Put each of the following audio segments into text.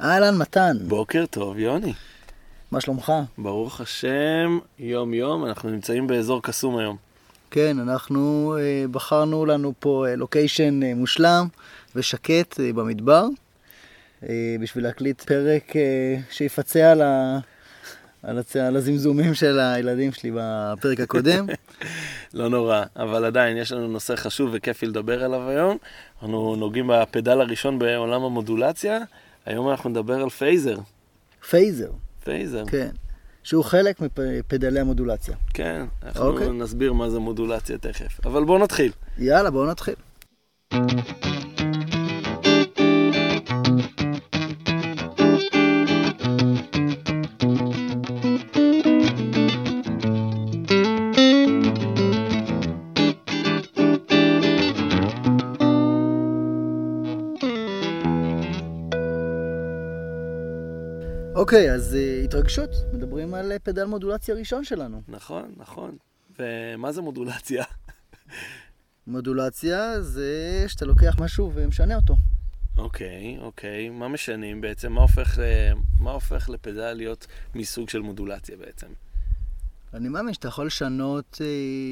אהלן מתן. בוקר טוב, יוני. מה שלומך? ברוך השם, יום יום, אנחנו נמצאים באזור קסום היום. כן, אנחנו בחרנו לנו פה לוקיישן מושלם ושקט במדבר, בשביל להקליט פרק שיפצע על הזמזומים של הילדים שלי בפרק הקודם. לא נורא, אבל עדיין יש לנו נושא חשוב וכיפי לדבר עליו היום. אנחנו נוגעים בפדל הראשון בעולם המודולציה. היום אנחנו נדבר על פייזר. פייזר. פייזר. כן. שהוא חלק מפדלי המודולציה. כן, אנחנו נסביר מה זה מודולציה תכף. אבל בואו נתחיל. יאללה, בואו נתחיל. אוקיי, אז התרגשות. מדברים על פדל מודולציה ראשון שלנו. נכון, נכון. ומה זה מודולציה? מודולציה זה שאתה לוקח משהו ומשנה אותו. אוקיי. מה משנים בעצם? מה הופך לפדל להיות מסוג של מודולציה בעצם? אני מאמין שאתה יכול לשנות...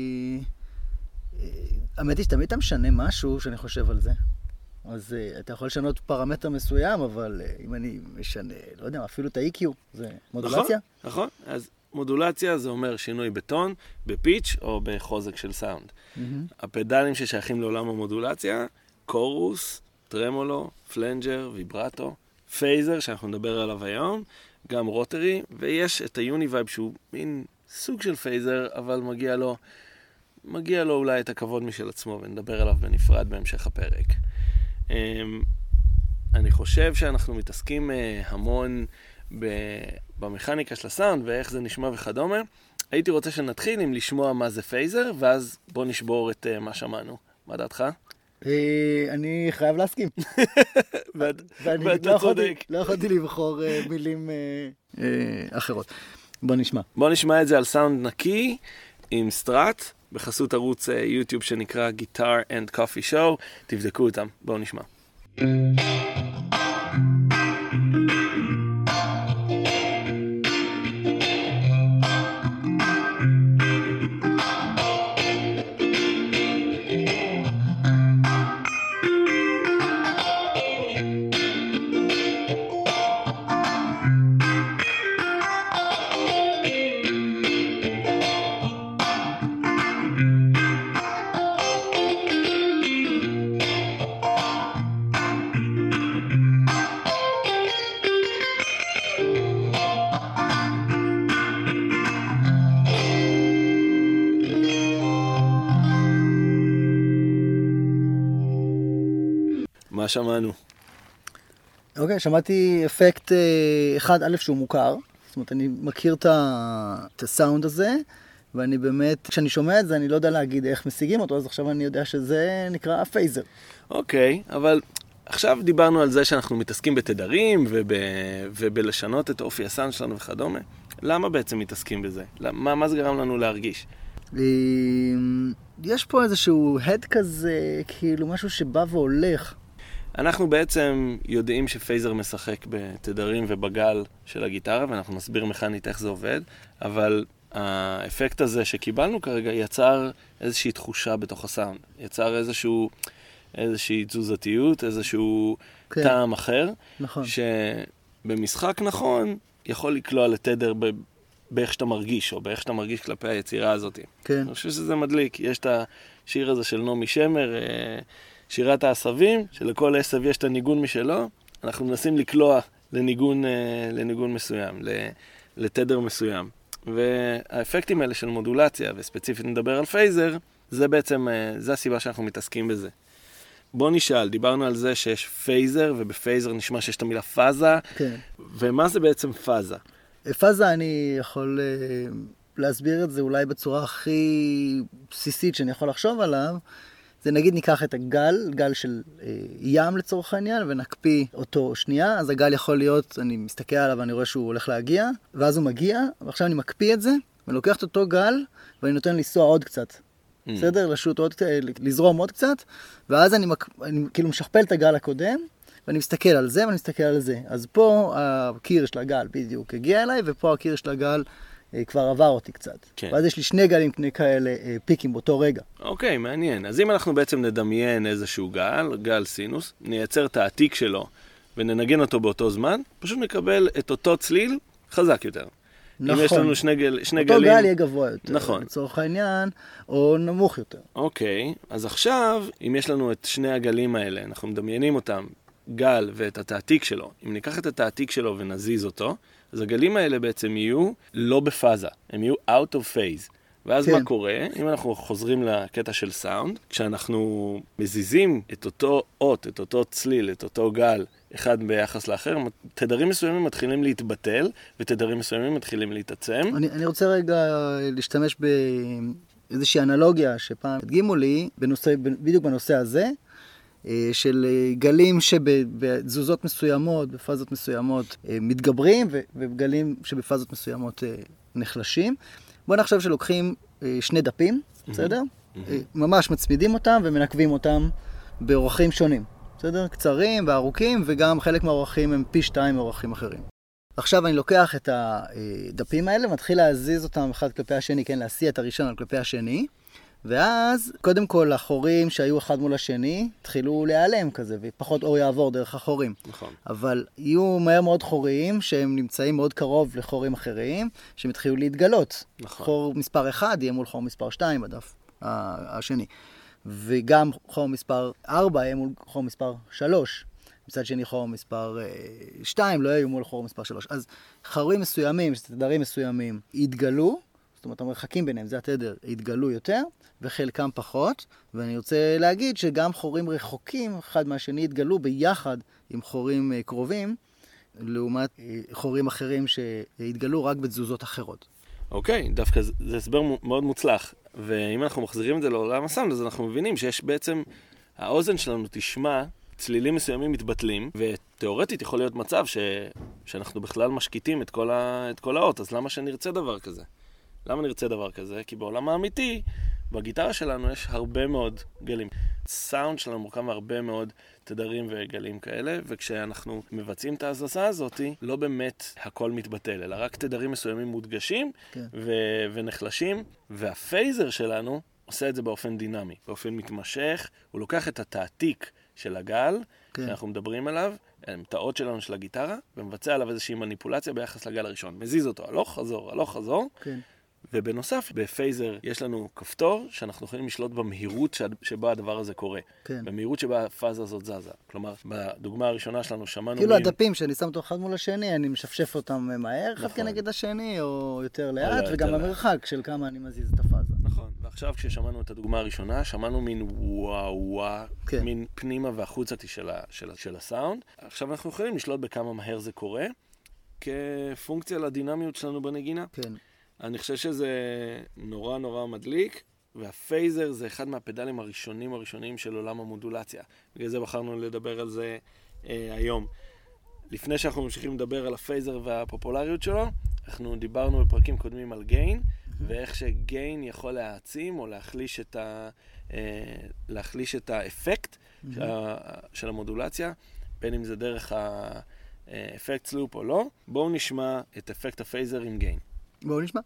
האמת היא שתמיד אתה משנה משהו שאני חושב על זה. אז אתה יכול לשנות פרמטר מסוים, אבל אם אני משנה, לא יודע, אפילו את ה-EQ, זה מודולציה? נכון. אז מודולציה זה אומר שינוי בטון, בפיץ' או בחוזק של סאונד. הפדלים ששייכים לעולם המודולציה, קורוס, טרמולו, פלנג'ר, ויברטו, פייזר, שאנחנו נדבר עליו היום, גם רוטרי, ויש את היוניווייב שהוא מין סוג של פייזר, אבל מגיע לו אולי את הכבוד משל עצמו, ונדבר עליו בנפרד בהמשך הפרק. אני חושב שאנחנו מתעסקים המון במכניקה של הסאונד ואיך זה נשמע וכדומה. הייתי רוצה שנתחיל עם לשמוע מה זה פייזר, ואז בוא נשבור את מה שמענו. מה דעתך? אני חייב להסכים. ואתה צודק. לא יכולתי לבחור מילים אחרות. בוא נשמע. בוא נשמע את זה על סאונד נקי עם סטראט, בחסות ערוץ יוטיוב שנקרא Guitar and Coffee Show. תבדקו אותם. בואו נשמע. מה שמענו? אוקיי, שמעתי אפקט אחד א' שהוא מוכר. זאת אומרת, אני מכיר את הסאונד הזה, ואני באמת, כשאני שומע את זה, אני לא יודע להגיד איך משיגים אותו, אז עכשיו אני יודע שזה נקרא פייזר. אוקיי, אבל עכשיו דיברנו על זה שאנחנו מתעסקים בתדרים ובלשנות את אופי הסאונד שלנו וכדומה. למה בעצם מתעסקים בזה? מה זה גרם לנו להרגיש? יש פה איזשהו הד כזה, כאילו משהו שבא והולך. אנחנו בעצם יודעים שפייזר משחק בתדרים ובגל של הגיטרה, ואנחנו נסביר מכנית איך זה עובד, אבל האפקט הזה שקיבלנו כרגע יצר איזושהי תחושה בתוך הסאונד, יצר איזושהי תזוזתיות, איזשהו טעם אחר, נכון. שבמשחק נכון יכול לקלוע לתדר באיך שאתה מרגיש, או באיך שאתה מרגיש כלפי היצירה הזאת. כן. אני חושב שזה מדליק, יש את השיר הזה של נעמי שמר, שירת העשבים, שלכל עשב יש את הניגון משלו, אנחנו מנסים לקלוע לניגון מסוים, לתדר מסוים. והאפקטים האלה של מודולציה, וספציפית נדבר על פייזר, זה בעצם, זה הסיבה שאנחנו מתעסקים בזה. בוא נשאל, דיברנו על זה שיש פייזר, ובפייזר נשמע שיש את המילה פאזה. כן. ומה זה בעצם פאזה? פאזה אני יכול להסביר את זה אולי בצורה הכי בסיסית שאני יכול לחשוב עליו. זה נגיד ניקח את גל של ים לצורך העניין, ונקפיא אותו שנייה, אז הגל יכול להיות, אני מסתכל עליו ואני רואה שהוא הולך להגיע, ואז הוא מגיע, ועכשיו אני מקפיא את זה, ולוקח את אותו גל, ואני נותן לנסוע עוד קצת. בסדר? לזרום עוד קצת, ואז אני כאילו משכפל את הגל הקודם, ואני מסתכל על זה ואני מסתכל על זה. אז פה הקיר של הגל בדיוק הגיע אליי, ופה הקיר של הגל כבר עבר אותי קצת. כן. ואז יש לי שני גלים כאלה פיקים באותו רגע. אוקיי, מעניין. אז אם אנחנו בעצם נדמיין איזשהו גל סינוס, נייצר את העתיק שלו וננגן אותו באותו זמן, פשוט נקבל את אותו צליל חזק יותר. נכון. אם יש לנו שני גלים... אותו גל יהיה גבוה יותר. נכון. לצורך העניין, או נמוך יותר. אוקיי, אז עכשיו, אם יש לנו את שני הגלים האלה, אנחנו מדמיינים אותם, גל ואת התעתיק שלו. אם ניקח את התעתיק שלו ונזיז אותו, אז הגלים האלה בעצם יהיו לא בפאזה, הם יהיו out of phase. ואז כן. מה קורה? אם אנחנו חוזרים לקטע של סאונד, כשאנחנו מזיזים את אותו אות, את אותו צליל, את אותו גל, אחד ביחס לאחר, תדרים מסוימים מתחילים להתבטל, ותדרים מסוימים מתחילים להתעצם. אני רוצה רגע להשתמש באיזושהי אנלוגיה שפעם הדגימו לי, בדיוק בנושא הזה, של גלים שבתזוזות מסוימות, בפאזות מסוימות מתגברים, וגלים שבפאזות מסוימות נחלשים. בוא נחשב שלוקחים שני דפים, בסדר? ממש מצמידים אותם ומנקבים אותם באורחים שונים. בסדר? קצרים וארוכים, וגם חלק מהאורחים הם פי 2 מאורחים אחרים. עכשיו אני לוקח את הדפים האלה, מתחיל להזיז אותם אחד כלפי השני, כן, להסיע את הראשון על כלפי השני, ואז קודם כל החורים שהיו אחד מול השני, התחילו להיעלם כזה, ופחות אור יעבור דרך החורים. נכון. אבל יהיו מהר מאוד חורים שהם נמצאים מאוד קרוב לחורים אחרים, שהם התחילו להתגלות. נכון. חור מספר 1 יהיה מול חור מספר 2 בדף השני. וגם חור מספר 4 יהיה מול חור מספר 3. מצד שני חור מספר 2 לא יהיו מול חור מספר 3. אז חורים מסוימים, תדרים מסוימים, יתגלו, זאת אומרת, המרחקים ביניהם, זה התדר, יתגלו יותר, וחלקם פחות. ואני רוצה להגיד שגם חורים רחוקים, אחד מהשני, יתגלו ביחד עם חורים קרובים, לעומת חורים אחרים שיתגלו רק בתזוזות אחרות. אוקיי, דווקא זה הסבר מאוד מוצלח. ואם אנחנו מחזירים את זה לעולם הסאונד, אז אנחנו מבינים שיש בעצם, האוזן שלנו תשמע, צלילים מסוימים מתבטלים, ותיאורטית יכול להיות מצב שאנחנו בכלל משקיטים את כל האות, אז למה שנרצה דבר כזה? למה נרצה דבר כזה? כי בעולם האמיתי, בגיטרה שלנו יש הרבה מאוד גלים. סאונד שלנו מורכב מהרבה מאוד תדרים וגלים כאלה, וכשאנחנו מבצעים את ההזזה הזאת, לא באמת הכל מתבטל, אלא רק תדרים מסוימים מודגשים כן. ונחלשים, והפייזר שלנו עושה את זה באופן דינמי, באופן מתמשך. הוא לוקח את התעתיק של הגל, כן. שאנחנו מדברים עליו, את האות שלנו של הגיטרה, ומבצע עליו איזושהי מניפולציה ביחס לגל הראשון. מזיז אותו, הלוך חזור, הלוך חזור. כן. ובנוסף, בפייזר יש לנו כפתור שאנחנו יכולים לשלוט במהירות שבה הדבר הזה קורה. כן. במהירות שבה הפאזה הזאת זזה. כלומר, בדוגמה הראשונה שלנו שמענו... כאילו הדפים שאני שם אותו אחד מול השני, אני משפשף אותם מהר, אחד נכון. כנגד השני, או יותר לאט, יותר וגם לאט. המרחק של כמה אני מזיז את הפאזה. נכון. ועכשיו כששמענו את הדוגמה הראשונה, שמענו מין וואו, כן. מין פנימה והחוצתי של הסאונד. עכשיו אנחנו יכולים לשלוט בכמה מהר זה קורה, כפונקציה לדינמיות שלנו בנגינה. כן. אני חושב שזה נורא נורא מדליק, והפייזר זה אחד מהפדלים הראשונים של עולם המודולציה. בגלל זה בחרנו לדבר על זה היום. לפני שאנחנו ממשיכים לדבר על הפייזר והפופולריות שלו, אנחנו דיברנו בפרקים קודמים על גיין, ואיך שגיין יכול להעצים או להחליש את האפקט של המודולציה, בין אם זה דרך האפקט סלופ או לא. בואו נשמע את אפקט הפייזר עם גיין. בואו נשמע.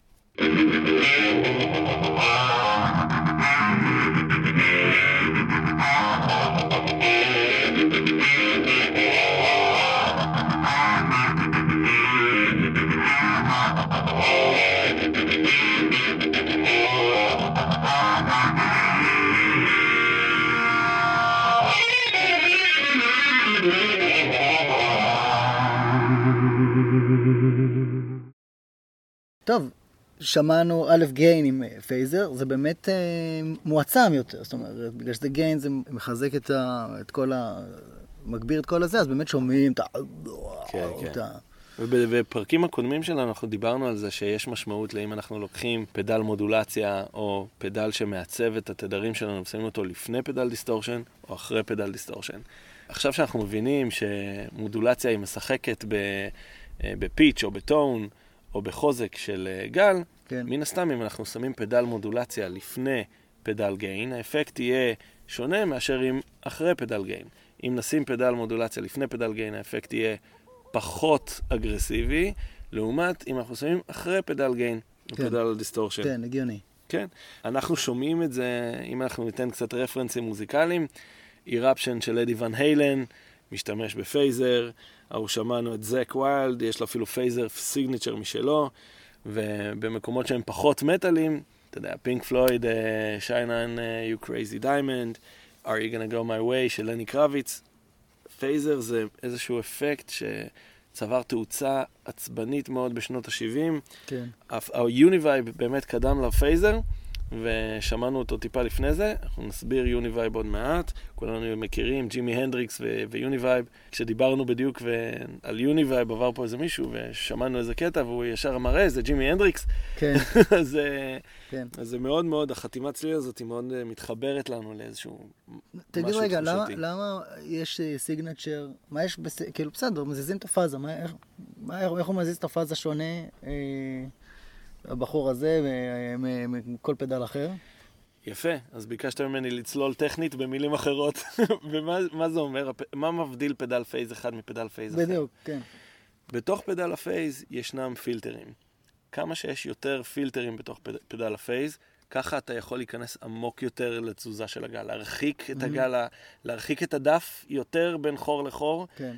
טוב, שמענו א' גיין עם פייזר, זה באמת מועצם יותר, זאת אומרת, בגלל שזה גיין זה מחזק את כל מגביר את כל הזה, אז באמת שומעים את ה... ובפרקים הקודמים שלנו אנחנו דיברנו על זה שיש משמעות לאם אנחנו לוקחים פדל מודולציה או פדל שמעצב את התדרים שלנו ושמים אותו לפני פדל דיסטורשן או אחרי פדל דיסטורשן. עכשיו שאנחנו מבינים שמודולציה היא משחקת בפיץ' או בטון או בחוזק של גל, כן. מן הסתם אם אנחנו שמים פדל מודולציה לפני פדל גיין, האפקט יהיה שונה מאשר אם אחרי פדל גיין. אם נשים פדל מודולציה לפני פדל גיין, האפקט יהיה פחות אגרסיבי, לעומת אם אנחנו שמים אחרי פדל גיין, כן. פדל דיסטורשן. כן, הגיוני. כן. אנחנו שומעים את זה, אם אנחנו ניתן קצת רפרנסים מוזיקליים, Eruption של אדי ון היילן, משתמש בפייזר, או שמענו את זק ויילד, יש לו אפילו פייזר סיגניצ'ר משלו, ובמקומות שהם פחות מטלים, אתה יודע, פינק פלויד, Shine on You Crazy Diamond, Are You Gonna Go My Way של לני קרביץ. פייזר זה איזשהו אפקט שצבר תאוצה עצבנית מאוד בשנות ה-70. כן. היוניווייב באמת קדם לפייזר, ושמענו אותו טיפה לפני זה. אנחנו נסביר יוניווייב עוד מעט. כולנו מכירים, ג'ימי הנדריקס ויוניווייב. כשדיברנו בדיוק על יוניווייב, עבר פה איזה מישהו, ושמענו איזה קטע, והוא ישר אמר, זה ג'ימי הנדריקס. כן. אז כן. זה מאוד מאוד, החתימת צליל הזאת היא מאוד מתחברת לנו לאיזשהו תגיד משהו רגע, תחושתי. למה יש סיגנצ'ר, מה יש, כאילו בסדר, מזיזים את הפאזה, איך הוא מזיז את הפאזה שונה, הבחור הזה מכל פדל אחר? יפה, אז ביקשת ממני לצלול טכנית במילים אחרות, ומה זה אומר? מה מבדיל פדל פייז אחד מפדל פייז אחר? בדיוק, כן. בתוך פדל הפייז ישנם פילטרים. כמה שיש יותר פילטרים בתוך פדל הפייז, ככה אתה יכול להיכנס עמוק יותר לתזוזה של הגל, להרחיק את הגל, להרחיק את הדף יותר בין חור לחור, כן.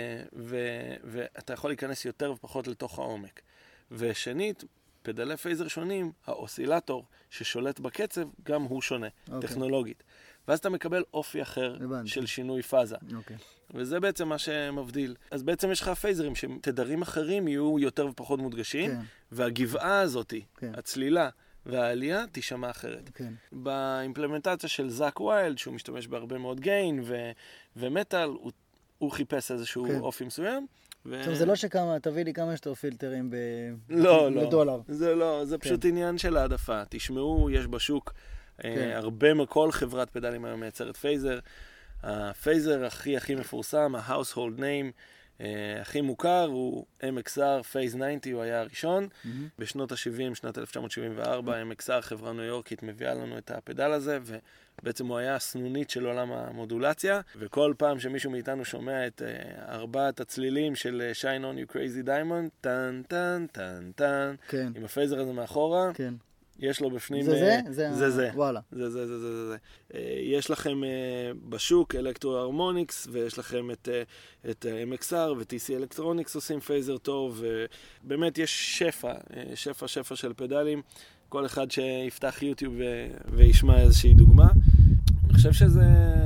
ואתה יכול להיכנס יותר ופחות לתוך העומק. ושנית, פדלי פייזר שונים, האוסילטור ששולט בקצב, גם הוא שונה, טכנולוגית. ואז אתה מקבל אופי אחר של שינוי פאזה. וזה בעצם מה שמבדיל. אז בעצם יש לך פייזרים שתדרים אחרים יהיו יותר ופחות מודגשים, והגבעה הזאת, הצלילה והעלייה, תשמע אחרת. באימפלמנטציה של זק ויילד, שהוא משתמש בהרבה מאוד גיין ומטל, הוא חיפש איזשהו אופי מסוים. טוב, זה לא שכמה, תביא לי כמה שתור פילטרים בדולר. זה לא, זה פשוט עניין של העדפה. תשמעו, יש בשוק הרבה, כל חברת פדלים היום מייצרת פייזר. הפייזר הכי מפורסם, ה-household name, הכי מוכר, הוא MXR Phase 90, הוא היה הראשון. בשנות ה-70, שנת 1974, MXR, חברה ניו יורקית, מביאה לנו את הפדל הזה, ובעצם הוא היה הסנונית של עולם המודולציה, וכל פעם שמישהו מאיתנו שומע את ארבעת הצלילים של Shine on You Crazy Diamond, טן, טן, טן, טן, עם הפייזר הזה מאחורה, יש לו בפנים... זה. וואלה. זה. יש לכם בשוק אלקטרו-הרמוניקס, ויש לכם את MXR ו-TC אלקטרוניקס עושים פייזר טוב, ובאמת יש שפע של פדלים. כל אחד שיפתח יוטיוב וישמע איזושהי דוגמה. אני חושב שזה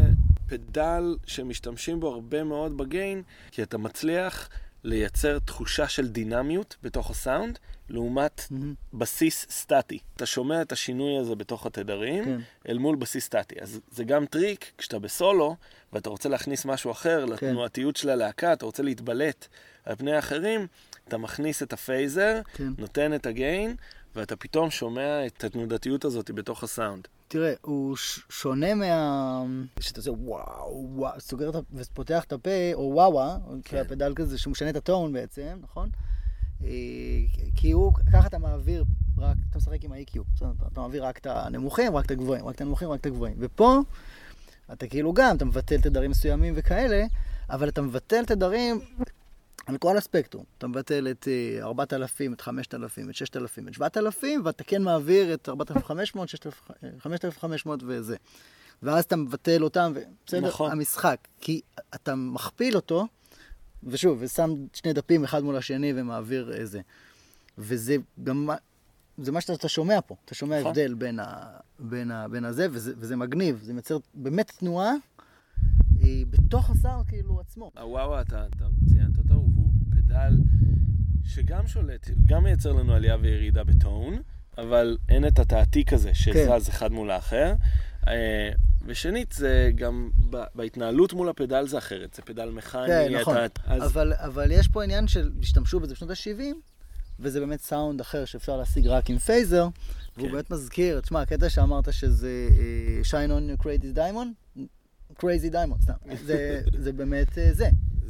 פדל שמשתמשים בו הרבה מאוד בגיין, כי אתה מצליח לייצר תחושה של דינמיות בתוך הסאונד, לעומת בסיס סטטי. אתה שומע את השינוי הזה בתוך התדרים, אל מול בסיס סטטי. אז זה גם טריק, כשאתה בסולו, ואתה רוצה להכניס משהו אחר לתנועתיות של הלהקה, אתה רוצה להתבלט על פני האחרים, אתה מכניס את הפייזר, נותן את הגיין, ואתה פתאום שומע את התנודתיות הזאת בתוך הסאונד. תראה, הוא שונה שאתה עושה וואו, סוגר ופותח את הפה, או וואווה, הפדל כזה שהוא משנה את הטון בעצם, נכון? כי הוא, ככה אתה מעביר רק, אתה משחק עם ה-EQ, אתה מעביר רק את הנמוכים, רק את הגבוהים, רק את הנמוכים, רק את הגבוהים. ופה, אתה כאילו גם, אתה מבטל תדרים מסוימים וכאלה, אבל אתה מבטל תדרים על כל הספקטרום. אתה מבטל את 4,000, את 5,000, את 6,000, את 7,000, ואתה כן מעביר את 4,500, 5,500 וזה. ואז אתה מבטל אותם, בסדר? נכון. המשחק. כי אתה מכפיל אותו, ושוב, ושם שני דפים אחד מול השני ומעביר איזה. וזה גם, זה מה שאתה שומע פה. אתה שומע נכון. הבדל בין הזה, וזה מגניב. זה מייצר באמת תנועה בתוך הסאונד כאילו עצמו. הוואו, אתה ציינת אותו, הוא פדל שגם שולט, גם מייצר לנו עלייה וירידה בטון, אבל אין את התעתיק הזה שזז אחד מול האחר. ושנית, זה גם בהתנהלות מול הפדל זה אחרת, זה פדל מכני. כן, נכון. אבל יש פה עניין של, השתמשו בזה בשנות ה-70, וזה באמת סאונד אחר שאפשר להשיג רק עם פייזר, והוא באמת מזכיר, תשמע, הקטע שאמרת שזה Shine on Your Crazy Diamond, Crazy Diamond, סתם. זה באמת זה.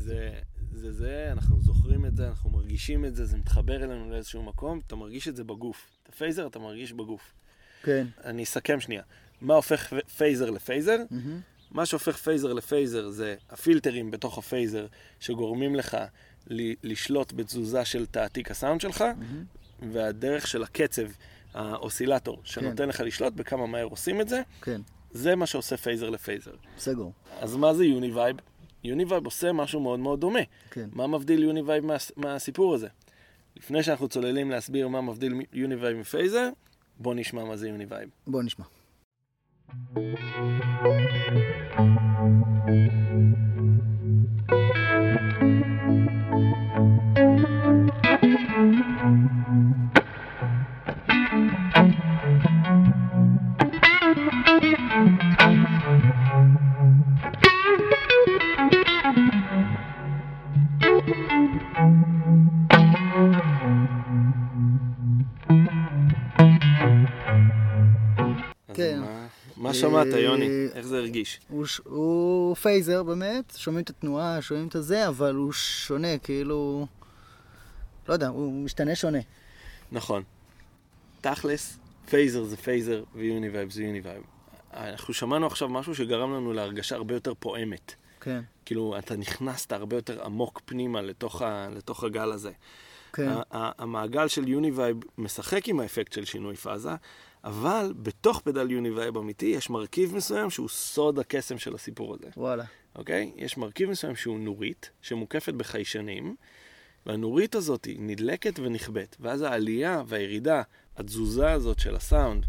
זה, אנחנו זוכרים את זה, אנחנו מרגישים את זה, זה מתחבר אלינו לאיזשהו מקום, אתה מרגיש את זה בגוף. את הפייזר אתה מרגיש בגוף. כן. אני אסכם שנייה. מה הופך פייזר לפייזר? מה שהופך פייזר לפייזר זה הפילטרים בתוך הפייזר שגורמים לך לשלוט בתזוזה של תעתיק הסאונד שלך, והדרך של הקצב, האוסילטור, שנותן לך לשלוט בכמה מהר עושים את זה, זה מה שעושה פייזר לפייזר. סגור. אז מה זה יוניווייב? יוניווייב עושה משהו מאוד מאוד דומה. מה מבדיל יוניווייב מהסיפור הזה? לפני שאנחנו צוללים להסביר מה מבדיל יוניווייב מפייזר, בוא נשמע מה זה יוניווייב. בוא נשמע. מה שמעת, יוני? איך זה הרגיש? הוא פייזר באמת, שומעים את התנועה, שומעים את זה, אבל הוא שונה, כאילו... לא יודע, הוא משתנה שונה. נכון. תכלס, פייזר זה פייזר ויוניווייב זה יוניווייב. אנחנו שמענו עכשיו משהו שגרם לנו להרגשה הרבה יותר פועמת. כן. כאילו, אתה נכנסת הרבה יותר עמוק פנימה לתוך הגל הזה. כן. המעגל של יוניווייב משחק עם האפקט של שינוי פאזה, אבל בתוך פדל יוניווייב אמיתי יש מרכיב מסוים שהוא סוד הקסם של הסיפור הזה. וואלה. אוקיי? יש מרכיב מסוים שהוא נורית, שמוקפת בחיישנים, והנורית הזאת נדלקת ונכבט, ואז העלייה והירידה, התזוזה הזאת של הסאונד,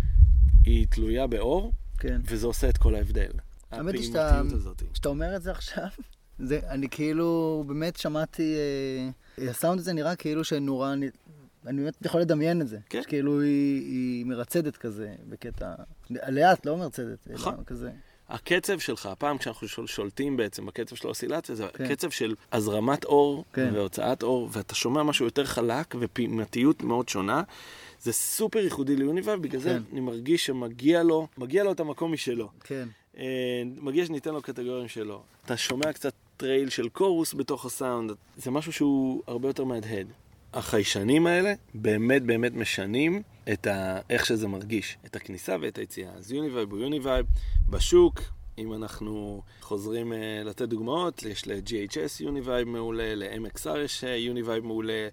היא תלויה באור, כן. וזה עושה את כל ההבדל. האמת היא שאתה אומר את זה עכשיו, אני כאילו באמת שמעתי, הסאונד הזה נראה כאילו שנורא, אני באמת יכול לדמיין את זה. כן. כאילו היא מרצדת כזה, בקטע, לאט, לא מרצדת, נכון. כזה. הקצב שלך, הפעם כשאנחנו שולטים בעצם בקצב של האוסילציה, זה קצב של הזרמת אור והוצאת אור, ואתה שומע משהו יותר חלק ופעימתיות מאוד שונה. זה סופר ייחודי ליוניווייב, בגלל זה אני מרגיש שמגיע לו את המקום משלו. כן. מגיע שניתן לו קטגוריות שלו. אתה שומע קצת טרייל של קורוס בתוך הסאונד, זה משהו שהוא הרבה יותר מהדהד. החיישנים האלה באמת באמת משנים איך שזה מרגיש, את הכניסה ואת היציאה. אז יוניווייב הוא יוניווייב. בשוק, אם אנחנו חוזרים לתת דוגמאות, יש ל-GHS יוניווייב מעולה, ל-MXR יש יוניווייב מעולה,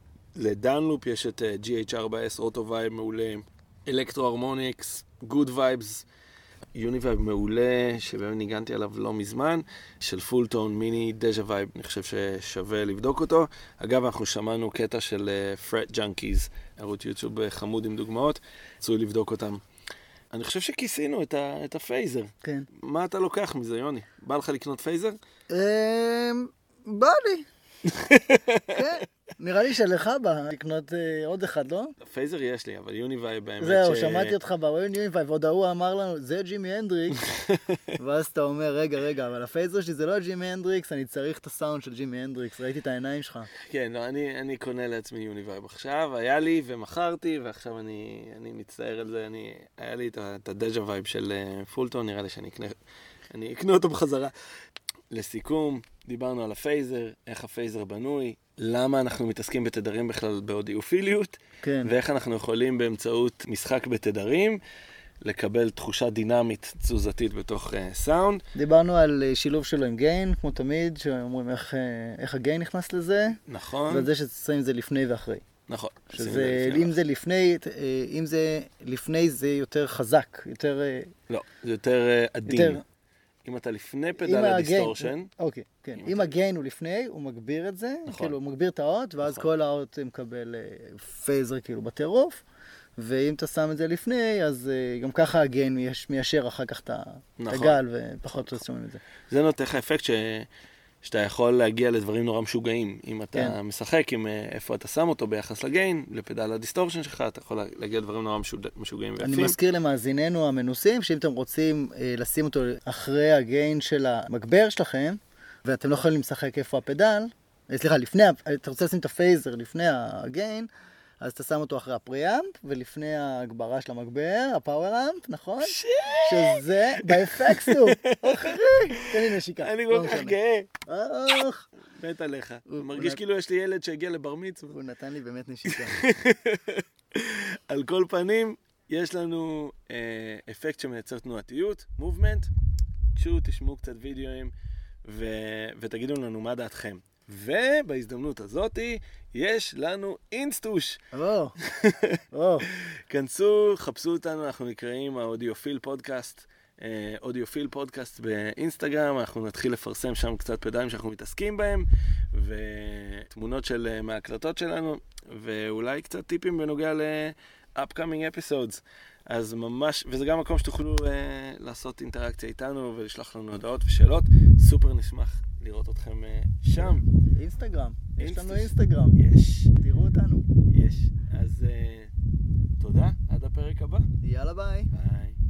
לדנלופ יש את GH4S אוטווייב מעולה, אלקטרו-הרמוניקס, גוד וייבס, יוניווייב מעולה, שבאמת ניגנתי עליו לא מזמן, של פולטון מיני דז'ה וייב, אני חושב ששווה לבדוק אותו. אגב, אנחנו שמענו קטע של פרט ג'אנקיז, ערוץ יוטיוב חמוד עם דוגמאות, רצוי לבדוק אותם. אני חושב שכיסינו את הפייזר. כן. מה אתה לוקח מזה, יוני? בא לך לקנות פייזר? בא לי. כן. נראה לי שלך בא לקנות עוד אחד, לא? פייזר יש לי, אבל יוניווייב באמת זהו, שמעתי אותך ביוניווייב, ועוד ההוא אמר לנו, זה ג'ימי הנדריקס, ואז אתה אומר, רגע, אבל הפייזר שלי זה לא ג'ימי הנדריקס, אני צריך את הסאונד של ג'ימי הנדריקס, ראיתי את העיניים שלך. כן, לא, אני קונה לעצמי יוניווייב עכשיו, היה לי ומכרתי, ועכשיו אני מצטער על זה, היה לי את הדז'ה וייב של פולטון, נראה לי שאני אקנה אותו בחזרה. לסיכום, דיברנו על הפייזר, איך הפייזר בנוי, למה אנחנו מתעסקים בתדרים בכלל באודיופיליות, כן. ואיך אנחנו יכולים באמצעות משחק בתדרים לקבל תחושה דינמית תזוזתית בתוך סאונד. דיברנו על שילוב שלו עם גיין, כמו תמיד, שאומרים איך הגיין נכנס לזה. נכון. וזה שצריכים זה לפני ואחרי. נכון. אם זה לפני זה יותר חזק, יותר... לא, זה יותר עדין. אם אתה לפני פדל הדיסטורשן... אוקיי, כן. אם הגיין הוא לפני, הוא מגביר את זה, כאילו הוא מגביר את האות, ואז כל האות מקבל פייזר כאילו בטירוף, ואם אתה שם את זה לפני, אז גם ככה הגיין מיישר אחר כך את הגל, ופחות שומעים את זה. זה נותן לך אפקט שאתה יכול להגיע לדברים נורא משוגעים. אם אתה משחק עם איפה אתה שם אותו ביחס לגיין, לפדל הדיסטורשן שלך, אתה יכול להגיע לדברים נורא משוגעים ויפים. אני מזכיר למאזיננו המנוסים, שאם אתם רוצים לשים אותו אחרי הגיין של המגבר שלכם, ואתם לא יכולים לשחק איפה הפדל, סליחה, אתה רוצה לשים את הפייזר לפני הגיין, אז אתה שם אותו אחרי הפריאמפ, ולפני ההגברה של המגבר, הפאוור-אמפ, נכון? שזה באפקסטו. אחרי, תן לי נשיקה. אני כל כך גאה. מת עליך. מרגיש כאילו יש לי ילד שהגיע לבר מצווה. הוא נתן לי באמת נשיקה. על כל פנים, יש לנו אפקט שמייצר תנועתיות, מובמנט. תיגשו, תשמעו קצת וידאוים, ותגידו לנו מה דעתכם. ובהזדמנות הזאת יש לנו אינסטוש. כנסו, חפשו אותנו, אנחנו נקראים האודיופיל פודקאסט. אודיופיל פודקאסט באינסטגרם, אנחנו נתחיל לפרסם שם קצת פדלים שאנחנו מתעסקים בהם, ותמונות של מההקלטות שלנו, ואולי קצת טיפים בנוגע ל-upcoming episodes. אז ממש, וזה גם מקום שתוכלו לעשות אינטראקציה איתנו ולשלוח לנו הודעות ושאלות. סופר נשמח לראות אתכם שם. אינסטגרם, יש לנו אינסטגרם. יש. תראו אותנו. יש. אז תודה, עד הפרק הבא. יאללה ביי. ביי.